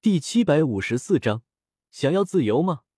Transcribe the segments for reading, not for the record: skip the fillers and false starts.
第754章，想要自由吗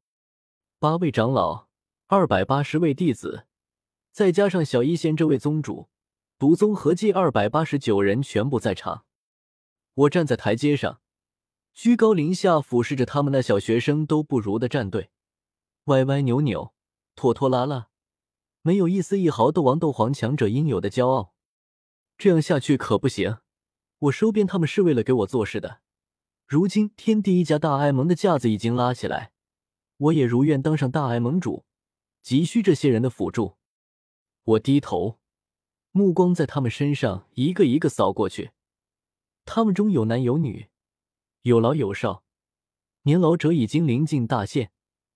？8位长老，280位弟子，再加上小一仙这位宗主，毒宗合计289人全部在场。我站在台阶上，居高临下俯视着他们那小学生都不如的战队，歪歪扭扭，拖拖拉拉，没有一丝一毫斗王斗皇强者应有的骄傲。这样下去可不行，我收编他们是为了给我做事的。如今天地一家大爱盟的架子已经拉起来，我也如愿当上大爱盟主，急需这些人的辅助。我低头，目光在他们身上一个一个扫过去。他们中有男有女，有老有少，年老者已经临近大限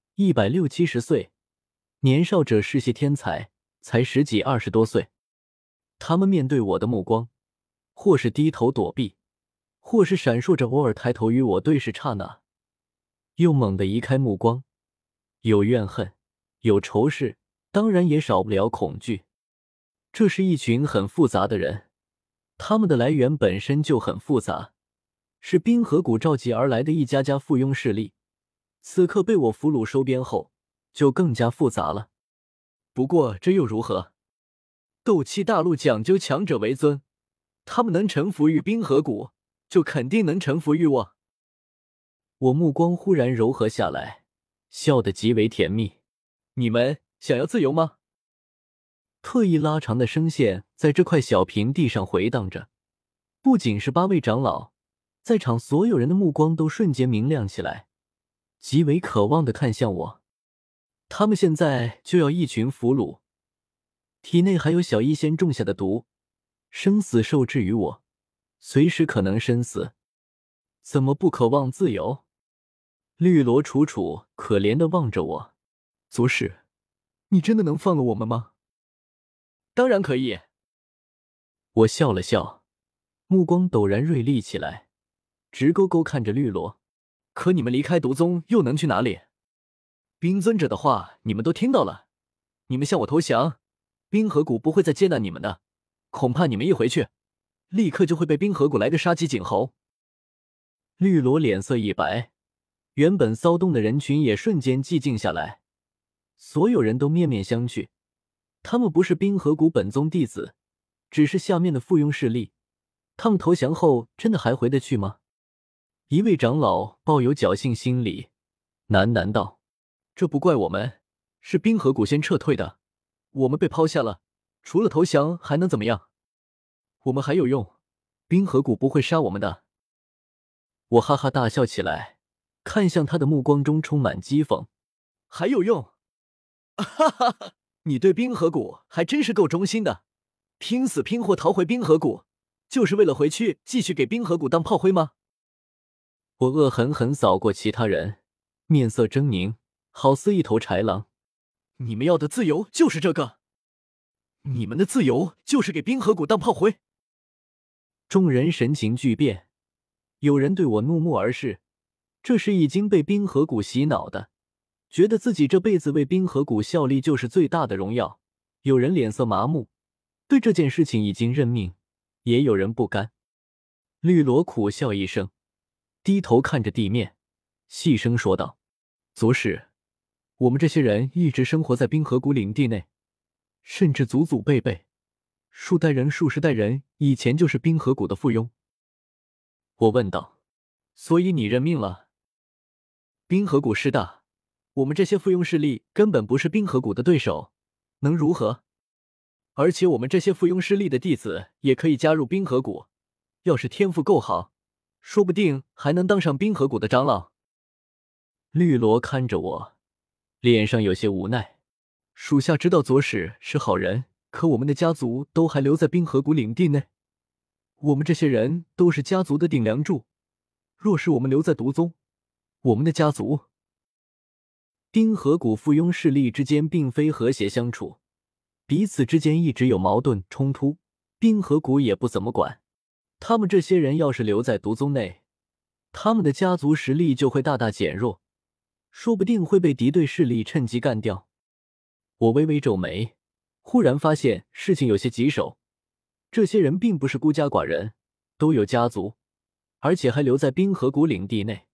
，160、70岁，年少者是些天才，才10几、20多岁。他们面对我的目光，或是低头躲避，或是闪烁着偶尔抬头与我对视刹那，又猛地移开目光，有怨恨，有仇视，当然也少不了恐惧。这是一群很复杂的人，他们的来源本身就很复杂，是冰河谷召集而来的一家家附庸势力，此刻被我俘虏收编后，就更加复杂了。不过这又如何？斗气大陆讲究强者为尊，他们能臣服于冰河谷，就肯定能臣服于我。我目光忽然柔和下来，笑得极为甜蜜。你们想要自由吗？特意拉长的声线在这块小平地上回荡着，不仅是8位长老，在场所有人的目光都瞬间明亮起来，极为渴望地看向我。他们现在就要一群俘虏，体内还有小一仙种下的毒，生死受制于我，随时可能身死，怎么不渴望自由？绿萝楚楚可怜地望着我，左使，你真的能放了我们吗？当然可以。我笑了笑，目光陡然锐利起来，直勾勾看着绿萝。可你们离开毒宗又能去哪里？冰尊者的话你们都听到了，你们向我投降，冰河谷不会再接纳你们的，恐怕你们一回去，立刻就会被冰河谷来个杀鸡儆猴。绿萝脸色一白，原本骚动的人群也瞬间寂静下来，所有人都面面相觑。他们不是冰河谷本宗弟子，只是下面的附庸势力，他们投降后真的还回得去吗？一位长老抱有侥幸心理，喃喃道：这不怪我们，是冰河谷先撤退的，我们被抛下了，除了投降还能怎么样？我们还有用，冰河谷不会杀我们的。我哈哈大笑起来，看向他的目光中充满讥讽。还有用？哈哈哈，你对冰河谷还真是够忠心的，拼死拼活逃回冰河谷，就是为了回去继续给冰河谷当炮灰吗？我恶狠狠扫过其他人，面色狰狞，好似一头豺狼。你们要的自由就是这个？你们的自由就是给冰河谷当炮灰？众人神情巨变，有人对我怒目而视，这是已经被冰河谷洗脑的，觉得自己这辈子为冰河谷效力就是最大的荣耀。有人脸色麻木，对这件事情已经认命，也有人不甘。绿萝苦笑一声，低头看着地面，细声说道：左使，我们这些人一直生活在冰河谷领地内，甚至祖祖辈辈、数代人数十代人以前就是冰河谷的附庸。我问道：所以你认命了？冰河谷势大，我们这些附庸势力根本不是冰河谷的对手，能如何？而且我们这些附庸势力的弟子也可以加入冰河谷，要是天赋够好，说不定还能当上冰河谷的长老。绿萝看着我，脸上有些无奈。属下知道左使是好人，可我们的家族都还留在冰河谷领地内，我们这些人都是家族的顶梁柱，若是我们留在毒宗，我们的家族……冰河谷附庸势力之间并非和谐相处，彼此之间一直有矛盾冲突，冰河谷也不怎么管。他们这些人要是留在毒宗内，他们的家族实力就会大大减弱，说不定会被敌对势力趁机干掉。我微微皱眉，忽然发现事情有些棘手。这些人并不是孤家寡人，都有家族，而且还留在冰河谷领地内，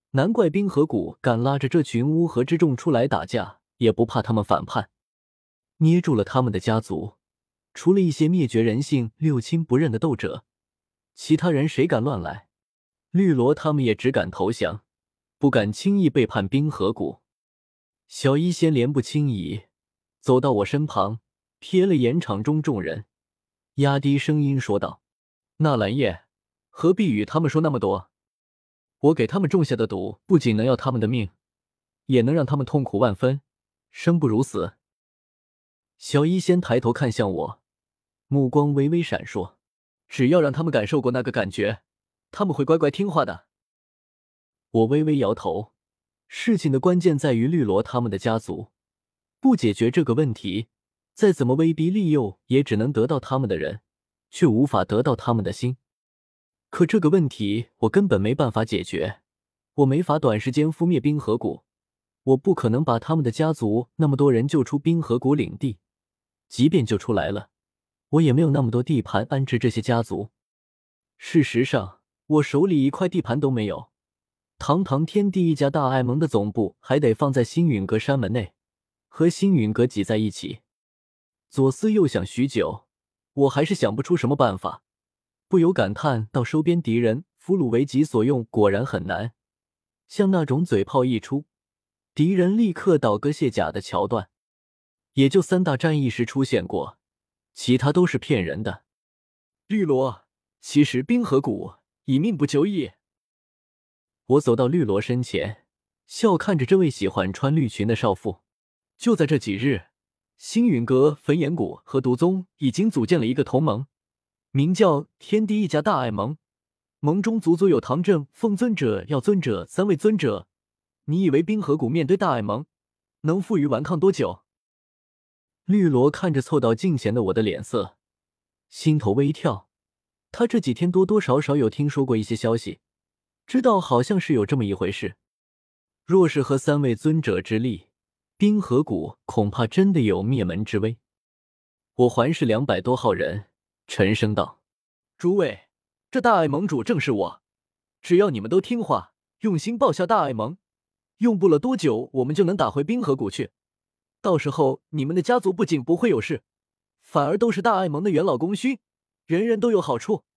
难怪冰河谷敢拉着这群乌合之众出来打架，也不怕他们反叛。捏住了他们的家族，除了一些灭绝人性、六亲不认的斗者，其他人谁敢乱来？绿萝他们也只敢投降，不敢轻易背叛冰河谷。小医仙莲不轻移，走到我身旁，瞥了眼场中众人，压低声音说道：“纳兰叶，何必与他们说那么多？我给他们种下的毒，不仅能要他们的命，也能让他们痛苦万分，生不如死。”小医仙抬头看向我，目光微微闪烁：“只要让他们感受过那个感觉，他们会乖乖听话的。”我微微摇头，事情的关键在于绿萝他们的家族，不解决这个问题，再怎么威逼利诱，也只能得到他们的人，却无法得到他们的心。可这个问题我根本没办法解决，我没法短时间覆灭冰河谷，我不可能把他们的家族那么多人救出冰河谷领地，即便救出来了，我也没有那么多地盘安置这些家族。事实上，我手里一块地盘都没有，堂堂天地一家大爱盟的总部还得放在星陨阁山门内，和星陨阁挤在一起。左思右想许久，我还是想不出什么办法，不由感叹到收编敌人，俘虏为己所用果然很难。像那种嘴炮一出，敌人立刻倒戈卸甲的桥段，也就3大战役时出现过，其他都是骗人的。绿萝，其实冰河谷以命不久矣。我走到绿萝身前，笑看着这位喜欢穿绿裙的少妇。就在这几日，星陨阁、焚炎谷和毒宗已经组建了一个同盟，名叫天地一家大爱盟。盟中足足有唐正、凤尊者、药尊者3位尊者。你以为冰河谷面对大爱盟，能负隅顽抗多久？绿萝看着凑到近前的我的脸色，心头微跳。他这几天多多少少有听说过一些消息，知道好像是有这么一回事。若是和3位尊者之力，冰河谷恐怕真的有灭门之危。我环视200多号人，沉声道：“诸位，这大爱盟主正是我，只要你们都听话，用心报效大爱盟，用不了多久，我们就能打回冰河谷去。到时候你们的家族不仅不会有事，反而都是大爱盟的元老功勋，人人都有好处。”